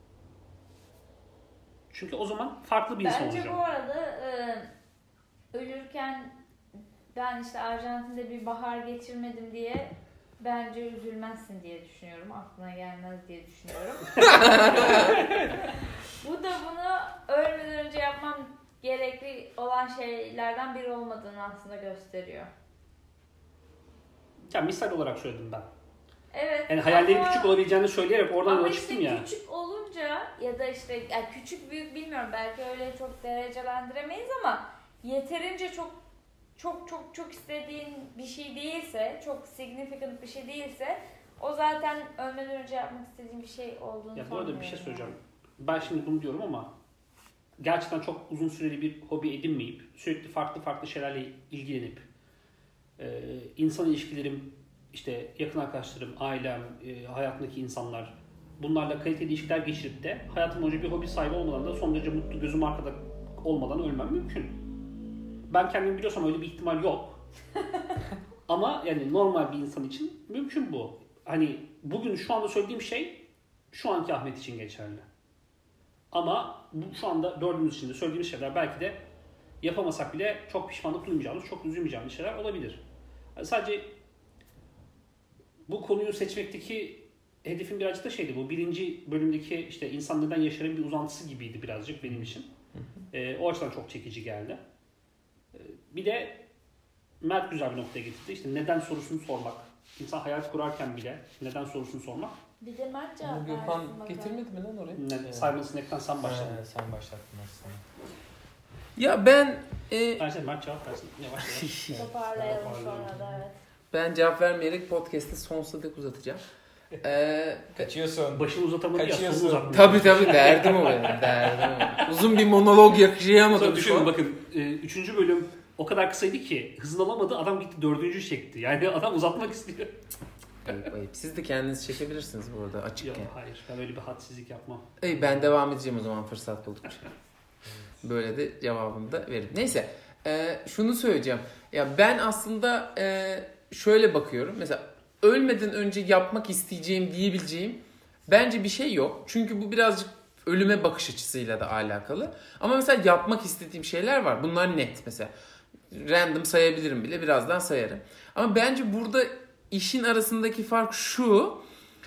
Çünkü o zaman farklı bir insan olacağım. Bence bu arada ölürken ben işte Arjantin'de bir bahar geçirmedim diye bence üzülmezsin diye düşünüyorum. Aklına gelmez diye düşünüyorum. Bu da bunu ölmeden önce yapmam gerekli olan şeylerden biri olmadığını aslında gösteriyor. Ya misal olarak söyledim ben. Evet. Yani hayallerin küçük olabileceğini söyleyerek oradan yola çıktım ya. Ama işte küçük olunca ya da işte yani küçük büyük bilmiyorum belki öyle çok derecelendiremeyiz ama yeterince çok istediğin bir şey değilse, çok significant bir şey değilse o zaten ölmeden önce yapmak istediğin bir şey olduğunu sanmıyorum. Ya bu arada bir şey söyleyeceğim. Ben şimdi bunu diyorum ama gerçekten çok uzun süreli bir hobi edinmeyip sürekli farklı şeylerle ilgilenip insan ilişkilerim, işte yakın arkadaşlarım, ailem, hayatımdaki insanlar bunlarla kaliteli ilişkiler geçirip de hayatım boyunca bir hobi sahibi olmadan da son derece mutlu, gözüm arkada olmadan ölmem mümkün. Ben kendimi biliyorsam öyle bir ihtimal yok. Ama yani normal bir insan için mümkün bu. Hani bugün şu anda söylediğim şey şu anki Ahmet için geçerli. Ama şu anda dördümüz için de söylediğimiz şeyler belki de yapamasak bile çok pişmanlık duymayacağımız, çok üzülmeyeceğimiz şeyler olabilir. Yani sadece bu konuyu seçmekteki hedefim birazcık da şeydi. Bu birinci bölümdeki işte insan neden yaşarın bir uzantısı gibiydi birazcık benim için. O açıdan çok çekici geldi. Bir de Mert güzel bir noktaya getirdi. İşte neden sorusunu sormak. İnsan hayat kurarken bile neden sorusunu sormak. Bir de Mert cevap versin Gökhan bakalım. getirmedi mi lan oraya? Simon Sinek'ten sen başladın. Sen başlattın aslında. Ya ben Bence Mert cevap versin. Yavaş. Toparlayalım sonra da evet. ben cevap vermeyerek podcast'ı sonsuza dek uzatacağım. Kaçıyorsun. Başını uzatamadı ya Kaçıyorsun. sonunu uzatmıyor. Tabii derdim o benim. Derdim o. Uzun bir monolog yakışıyamadım. Sonra düşünün bakın 3. bölüm o kadar kısaydı ki hızını alamadı, adam gitti 4. çekti. Yani adam uzatmak istiyor. Ayıp. Siz de kendiniz çekebilirsiniz bu arada açıkken. Yok hayır, ben öyle bir hadsizlik yapmam. Ben devam edeceğim o zaman fırsat buldukça. Böyle de cevabımı da veririm. Neyse şunu söyleyeceğim. Ya ben aslında şöyle bakıyorum. Mesela ölmeden önce yapmak isteyeceğim diyebileceğim bence bir şey yok. Çünkü bu birazcık ölüme bakış açısıyla da alakalı. Ama mesela yapmak istediğim şeyler var. Bunlar net mesela. Random sayabilirim bile. Birazdan sayarım. Ama bence burada işin arasındaki fark şu.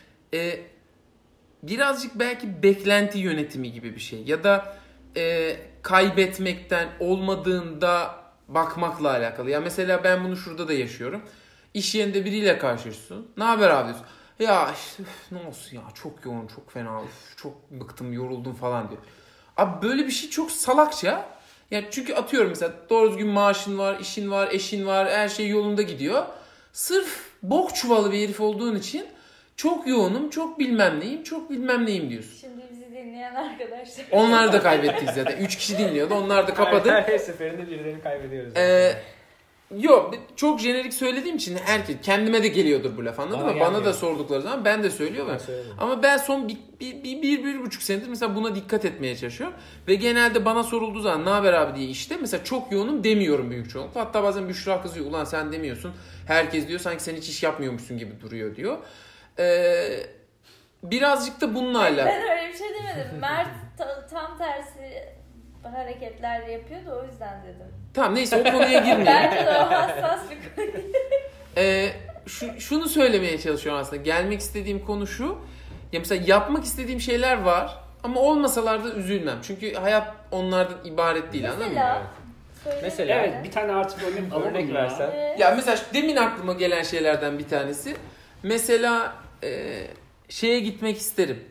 Birazcık belki beklenti yönetimi gibi bir şey. Ya da kaybetmekten olmadığında bakmakla alakalı. Ya mesela ben bunu şurada da yaşıyorum. İş yerinde biriyle karşılaşıyorsun. Ne haber abi diyorsun. Ya işte ne olsun ya çok yoğun, çok fena, çok bıktım, yoruldum falan diyor. Abi böyle bir şey çok salakça. Yani çünkü atıyorum mesela doğru düzgün maaşın var, işin var, eşin var, her şey yolunda gidiyor. Sırf bok çuvalı bir herif olduğun için çok yoğunum, çok bilmem neyim diyorsun. Şimdi bizi dinleyen arkadaşlar. Onlar da kaybettik zaten. 3 kişi dinliyordu. Onlar da kapadı. Her seferinde birilerini kaybediyoruz. Yok çok jenerik söylediğim için herkes kendime de geliyordur bu laf anladın mı? Bana da sordukları zaman ben de söylüyorum. Ama ben son bir buçuk senedir mesela buna dikkat etmeye çalışıyorum. Ve genelde bana sorulduğu zaman ne haber abi diye işte mesela çok yoğunum demiyorum büyük çoğunlukla. Hatta bazen Büşra kızıyor ulan sen demiyorsun. Herkes diyor sanki sen hiç iş yapmıyormuşsun gibi duruyor diyor. birazcık da bununla alakalı. Ben öyle bir şey demedim. Mert tam tersi hareketler yapıyordu, o yüzden dedim. Tamam neyse o konuya girmeyelim. Bence de o hassas bir konu. Şunu söylemeye çalışıyorum aslında. Gelmek istediğim konu şu. Ya mesela yapmak istediğim şeyler var ama olmasalar da üzülmem. Çünkü hayat onlardan ibaret değil, anladın mı? Mesela Evet, bir tane artık örnek versen. Ya mesela demin aklıma gelen şeylerden bir tanesi. Mesela şeye gitmek isterim.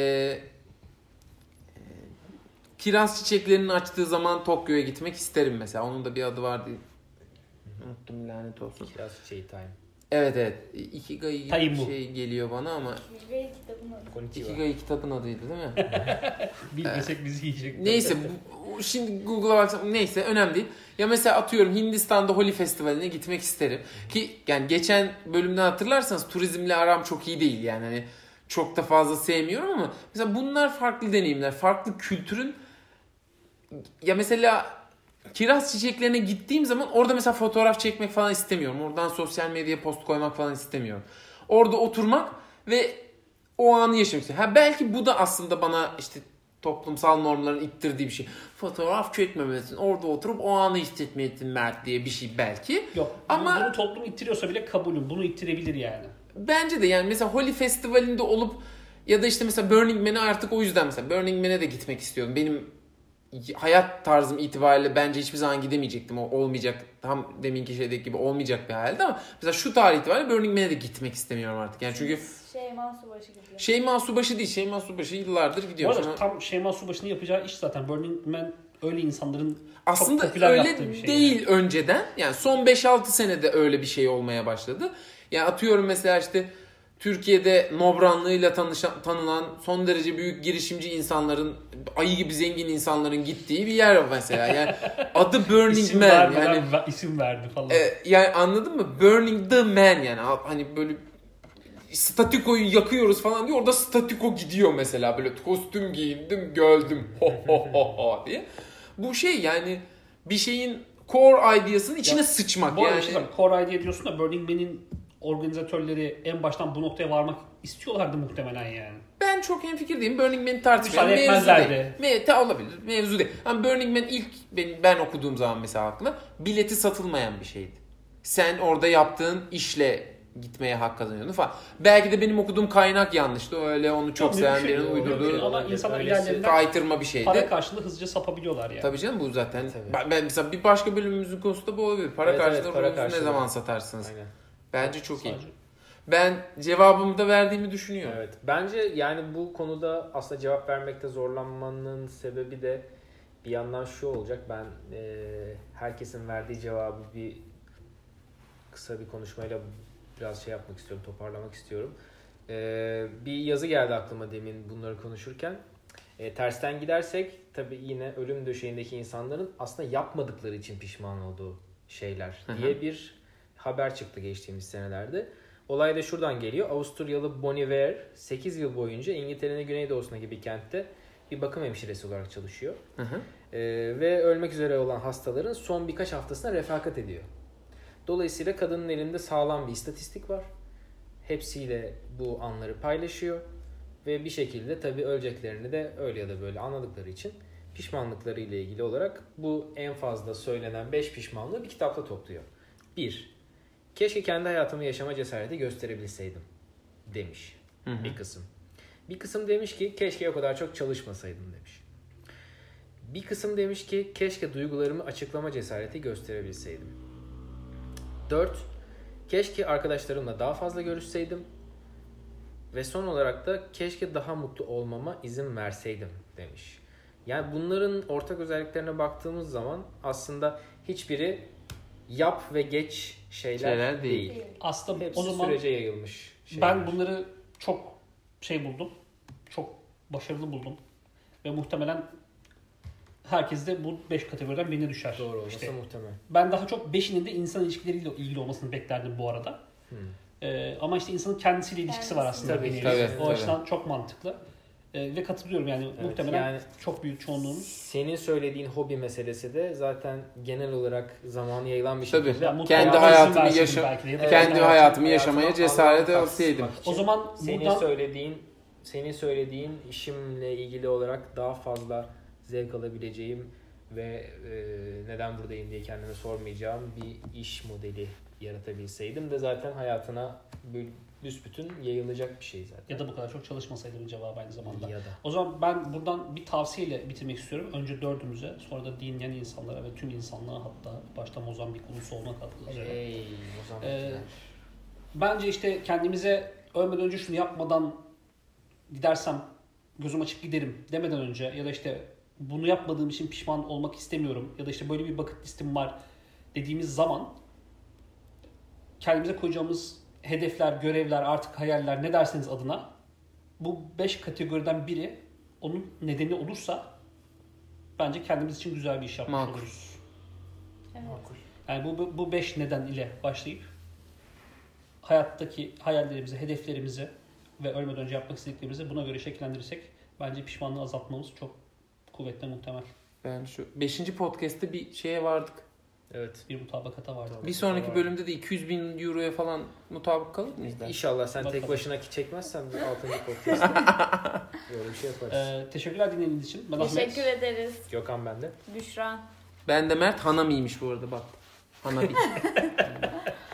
Kiraz çiçeklerinin açtığı zaman Tokyo'ya gitmek isterim mesela. Onun da bir adı vardı. Unuttum, lanet olsun. Kiraz çiçeği time. Evet. Ikigai gibi bir şey geliyor bana ama. Ikigai kitabın adıydı değil mi? Bilmesek bizi yiyecek. Neyse şimdi Google'a baksam neyse önemli değil. Ya mesela atıyorum Hindistan'da Holi Festivali'ne gitmek isterim. Ki yani geçen bölümden hatırlarsanız turizmle aram çok iyi değil yani hani çok da fazla sevmiyorum ama mesela bunlar farklı deneyimler, farklı kültürün. Ya mesela kiraz çiçeklerine gittiğim zaman orada mesela fotoğraf çekmek falan istemiyorum. Oradan sosyal medyaya post koymak falan istemiyorum. Orada oturmak ve o anı yaşamak istiyorum. Belki bu da aslında bana işte toplumsal normların ittirdiği bir şey. Fotoğraf çekmemelisin. Orada oturup o anı hissetmelisin Mert diye bir şey belki. Yok. Ama bunu toplum ittiriyorsa bile kabulüm. Bunu ittirebilir yani. Bence de yani mesela Holi Festivali'nde olup ya da işte mesela Burning Man'e artık o yüzden mesela Burning Man'e de gitmek istiyorum. Benim hayat tarzım itibariyle bence hiçbir zaman gidemeyecektim. O olmayacak. Tam deminki şeydeki gibi olmayacak bir hayaldi ama mesela şu tarih itibariyle Burning Man'e de gitmek istemiyorum artık. Yani çünkü Şeyma Subaşı gidiyor. Şeyma Subaşı değil. Şeyma Subaşı yıllardır gidiyor. Bu arada tam Şeyma Subaşı'nın yapacağı iş zaten. Burning Man öyle insanların aslında çok popüler öyle yaptığı bir şey. Değil yani. Önceden. Yani son 5-6 senede öyle bir şey olmaya başladı. Yani atıyorum mesela işte Türkiye'de nobranlığıyla tanınan son derece büyük girişimci insanların, ayı gibi zengin insanların gittiği bir yer mesela. Yani adı Burning İsim Man. Yani isim verdi falan. Yani anladın mı? Burning the Man yani. Hani böyle statikoyu yakıyoruz falan diyor. Orada statiko gidiyor mesela. Böyle kostüm giyindim, gördüm. Ho ho ho ho diye. Bu şey yani bir şeyin core ideasının içine sıçmak bu yani. Şey core idea diyorsun da Burning Man'in organizatörleri en baştan bu noktaya varmak istiyorlardı muhtemelen yani. Ben çok hemfikir değilim. Burning Man'i tartışmıyorum. Mevzu değil. Olabilir. Mevzu değil. Ama Burning Man ilk ben okuduğum zaman mesela aklıma bileti satılmayan bir şeydi. Sen orada yaptığın işle gitmeye hak kazanıyordun falan. Belki de benim okuduğum kaynak yanlıştı. Öyle onu çok seven birinin uydurduğu ama insanlar ilerlerinden kaytırma bir şeydi. Para karşılığı hızlıca sapabiliyorlar yani. Tabii canım bu zaten. Ben mesela bir başka bölümümüzün konusu da bu olabilir. Para karşılığı ruhunuzu ne zaman satarsınız? Aynen. Bence çok iyi. Ben cevabımı da verdiğimi düşünüyorum. Evet. Bence yani bu konuda aslında cevap vermekte zorlanmanın sebebi de bir yandan şu olacak. Ben herkesin verdiği cevabı kısa bir konuşmayla biraz şey yapmak istiyorum, toparlamak istiyorum. Bir yazı geldi aklıma demin bunları konuşurken. Tersten gidersek tabii yine ölüm döşeğindeki insanların aslında yapmadıkları için pişman olduğu şeyler diye bir haber çıktı geçtiğimiz senelerde. Olay da şuradan geliyor. Avusturyalı Bonnie Ware 8 yıl boyunca İngiltere'nin güneydoğusundaki bir kentte bir bakım hemşiresi olarak çalışıyor. Ve ölmek üzere olan hastaların son birkaç haftasına refakat ediyor. Dolayısıyla kadının elinde sağlam bir istatistik var. Hepsiyle bu anları paylaşıyor. Ve bir şekilde tabii öleceklerini de öyle ya da böyle anladıkları için pişmanlıkları ile ilgili olarak bu en fazla söylenen 5 pişmanlığı bir kitapta topluyor. 1. Keşke kendi hayatımı yaşama cesareti gösterebilseydim demiş bir kısım. Bir kısım demiş ki keşke o kadar çok çalışmasaydım demiş. Bir kısım demiş ki keşke duygularımı açıklama cesareti gösterebilseydim. 4. Keşke arkadaşlarımla daha fazla görüşseydim. Ve son olarak da keşke daha mutlu olmama izin verseydim demiş. Yani bunların ortak özelliklerine baktığımız zaman aslında hiçbiri yap ve geç şeyler değil. Aslında hepsi o zaman sürece yayılmış şeyler. Ben bunları çok buldum. Çok başarılı buldum. Ve muhtemelen herkes de bu 5 kategoriden birine düşer. Doğru olması muhtemel. Ben daha çok 5'inin de insan ilişkileriyle ilgili olmasını beklerdim bu arada. Ama işte insanın kendisiyle ilişkisi var aslında. Tabii. O açıdan çok mantıklı. Ve katılıyorum yani muhtemelen yani çok büyük çoğunluğumuz. Senin söylediğin hobi meselesi de zaten genel olarak zamanı yayılan bir şekilde. Tabii. Kendi hayatımı yaşamaya cesaret etseydim. O zaman senin buradan söylediğin senin söylediğin işimle ilgili olarak daha fazla zevk alabileceğim ve neden buradayım diye kendime sormayacağım bir iş modeli yaratabilseydim de zaten hayatına büsbütün yayılacak bir şey zaten. Ya da bu kadar çok çalışmasaydım cevabı aynı zamanda. Ya da. O zaman ben buradan bir tavsiyeyle bitirmek istiyorum. Önce dördümüze, sonra da dinleyen insanlara ve tüm insanlara, hatta başta Mozambik ulusu olmak üzere. Bence işte kendimize ölmeden önce şunu yapmadan gidersem gözüm açık giderim demeden önce, ya da işte bunu yapmadığım için pişman olmak istemiyorum, ya da işte böyle bir bucket listim var dediğimiz zaman kendimize koyacağımız hedefler, görevler, artık hayaller, ne derseniz adına, bu 5 kategoriden biri onun nedeni olursa bence kendimiz için güzel bir iş yapmış oluruz. Evet. Yani bu 5 neden ile başlayıp hayattaki hayallerimizi, hedeflerimizi ve ölmeden önce yapmak istediklerimizi buna göre şekillendirirsek bence pişmanlığı azaltmamız çok kuvvetli, muhtemel. Ben şu 5. podcast'te bir şeye vardık. Evet. Bir mutabakata vardı. Bir sonraki bölümde de 200.000 euroya falan mutabık kalır mıyız? İnşallah sen Bakalım. tek başına çekmezsen 6. podcast'te böyle bir şey yaparız. Teşekkürler dinlediğiniz için. Ben Teşekkür Ahmet. ederiz. Gökhan bende. Büşra. Ben de Mert. Hanami'ymiş bu arada bak. Hanami.